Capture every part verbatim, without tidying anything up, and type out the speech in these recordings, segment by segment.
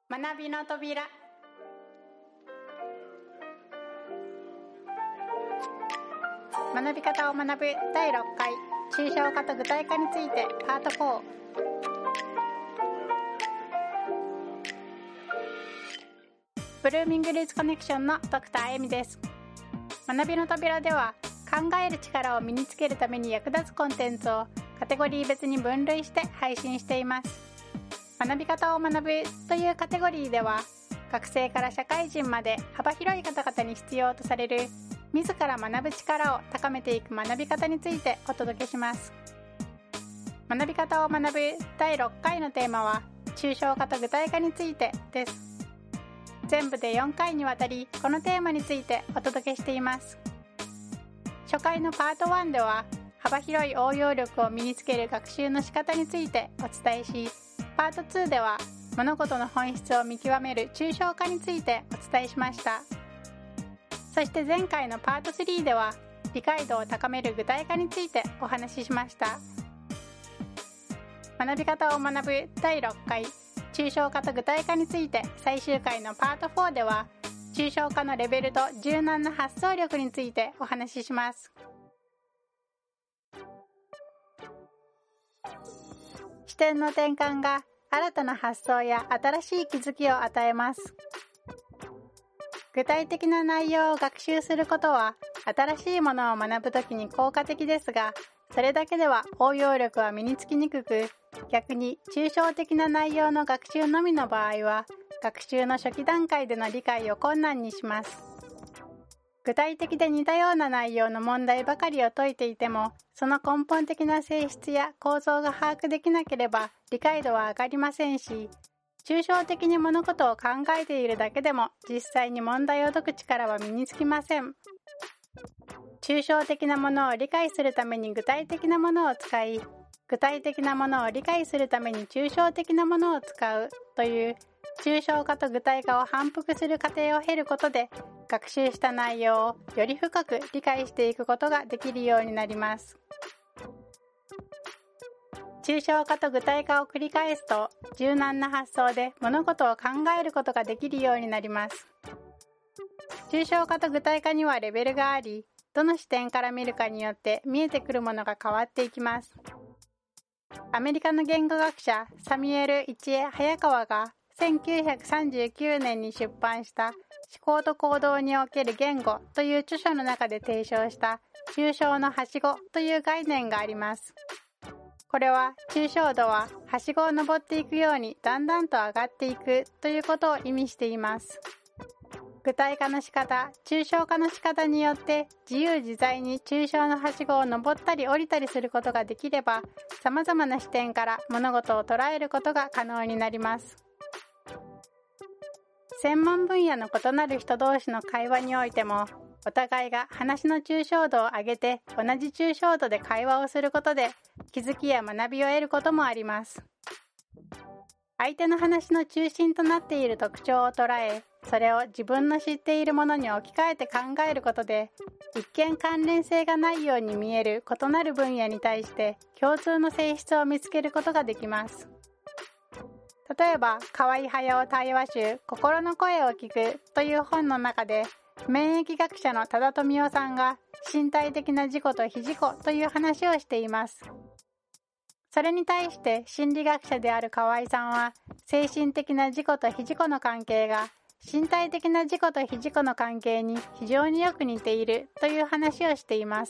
学びの扉。学び方を学ぶだいろっかい、抽象化と具体化についてパートフォー。ブルーミングルーツコネクションのドクターエミです。学びの扉では、考える力を身につけるために役立つコンテンツをカテゴリー別に分類して配信しています。学び方を学ぶというカテゴリーでは、学生から社会人まで幅広い方々に必要とされる自ら学ぶ力を高めていく学び方についてお届けします。学び方を学ぶだいろっかいのテーマは、抽象化と具体化についてです。全部でよんかいにわたり、このテーマについてお届けしています。初回のパートワンでは、幅広い応用力を身につける学習の仕方についてお伝えし、パートツーでは物事の本質を見極める抽象化についてお伝えしました。そして前回のパートスリーでは、理解度を高める具体化についてお話ししました。学び方を学ぶだいろっかい、抽象化と具体化について最終回のパートフォーでは、抽象化のレベルと柔軟な発想力についてお話しします。視点の転換が新たな発想や新しい気づきを与えます。具体的な内容を学習することは新しいものを学ぶときに効果的ですが、それだけでは応用力は身につきにくく、逆に抽象的な内容の学習のみの場合は、学習の初期段階での理解を困難にします。具体的で似たような内容の問題ばかりを解いていても、その根本的な性質や構造が把握できなければ理解度は上がりませんし、抽象的に物事を考えているだけでも実際に問題を解く力は身につきません。抽象的なものを理解するために具体的なものを使い、具体的なものを理解するために抽象的なものを使うという抽象化と具体化を反復する過程を経ることで、学習した内容をより深く理解していくことができるようになります。抽象化と具体化を繰り返すと、柔軟な発想で物事を考えることができるようになります。抽象化と具体化にはレベルがあり、どの視点から見るかによって見えてくるものが変わっていきます。アメリカの言語学者サミュエル・イチエ・早川がせんきゅうひゃくさんじゅうきゅうねんに出版した思考と行動における言語という著書の中で提唱した抽象のはしごという概念があります。これは抽象度ははしごを登っていくようにだんだんと上がっていくということを意味しています。具体化の仕方、抽象化の仕方によって自由自在に抽象のはしごを登ったり降りたりすることができれば、様々な視点から物事を捉えることが可能になります。専門分野の異なる人同士の会話においても、お互いが話の抽象度を上げて同じ抽象度で会話をすることで気づきや学びを得ることもあります。相手の話の中心となっている特徴を捉え、それを自分の知っているものに置き換えて考えることで、一見関連性がないように見える異なる分野に対して共通の性質を見つけることができます。例えば、河合隼対話集、心の声を聞くという本の中で、免疫学者の多田富夫さんが身体的な自己と非自己という話をしています。それに対して心理学者である河合さんは、精神的な自己と非自己の関係が身体的な自己と非自己の関係に非常によく似ているという話をしています。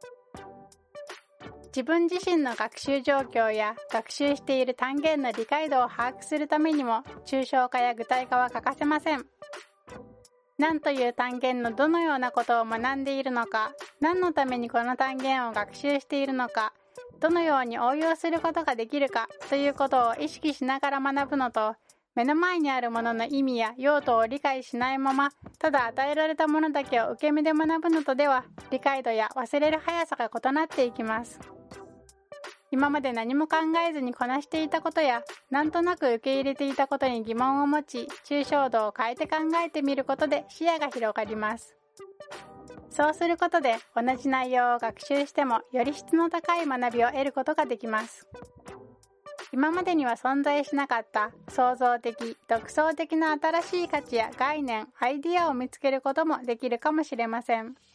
自分自身の学習状況や学習している単元の理解度を把握するためにも、抽象化や具体化は欠かせません。何という単元のどのようなことを学んでいるのか、何のためにこの単元を学習しているのか、どのように応用することができるかということを意識しながら学ぶのと、目の前にあるものの意味や用途を理解しないまま、ただ与えられたものだけを受け身で学ぶのとでは、理解度や忘れる速さが異なっていきます。今まで何も考えずにこなしていたことや、なんとなく受け入れていたことに疑問を持ち、抽象度を変えて考えてみることで視野が広がります。そうすることで、同じ内容を学習してもより質の高い学びを得ることができます。 今までには存在しなかった創造的、独創的な新しい価値や概念、アイディアを見つけることもできるかもしれません。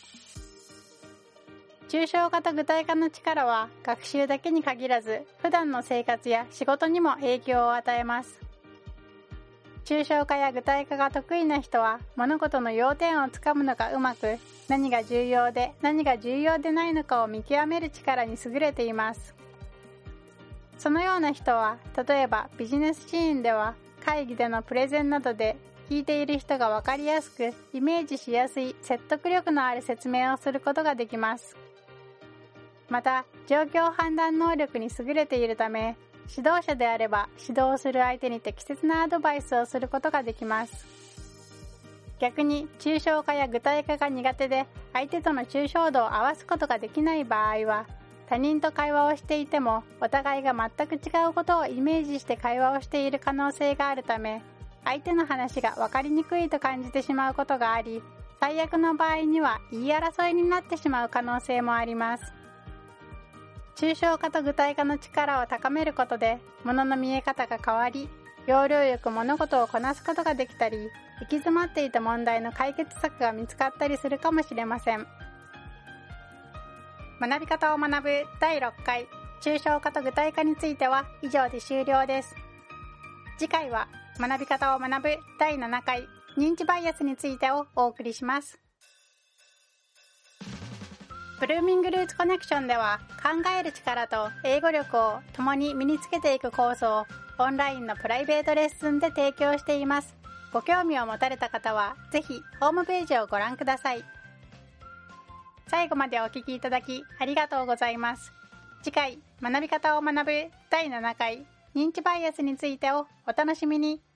抽象化と具体化の力は学習だけに限らず、普段の生活や仕事にも影響を与えます。抽象化や具体化が得意な人は物事の要点をつかむのがうまく、何が重要で何が重要でないのかを見極める力に優れています。そのような人は、例えばビジネスシーンでは会議でのプレゼンなどで聞いている人が分かりやすくイメージしやすい説得力のある説明をすることができます。また、状況判断能力に優れているため、指導者であれば指導する相手に適切なアドバイスをすることができます。逆に抽象化や具体化が苦手で相手との抽象度を合わすことができない場合は、他人と会話をしていてもお互いが全く違うことをイメージして会話をしている可能性があるため、相手の話が分かりにくいと感じてしまうことがあり、最悪の場合には言い争いになってしまう可能性もあります。抽象化と具体化の力を高めることで、物の見え方が変わり、要領よく物事をこなすことができたり、行き詰まっていた問題の解決策が見つかったりするかもしれません。学び方を学ぶだいろっかい、抽象化と具体化については以上で終了です。次回は学び方を学ぶだいななかい、認知バイアスについてをお送りします。ブルーミングルーツコネクションでは、考える力と英語力を共に身につけていくコースをオンラインのプライベートレッスンで提供しています。ご興味を持たれた方はぜひホームページをご覧ください。最後までお聞きいただきありがとうございます。次回、学び方を学ぶだいななかい、認知バイアスについてをお楽しみに。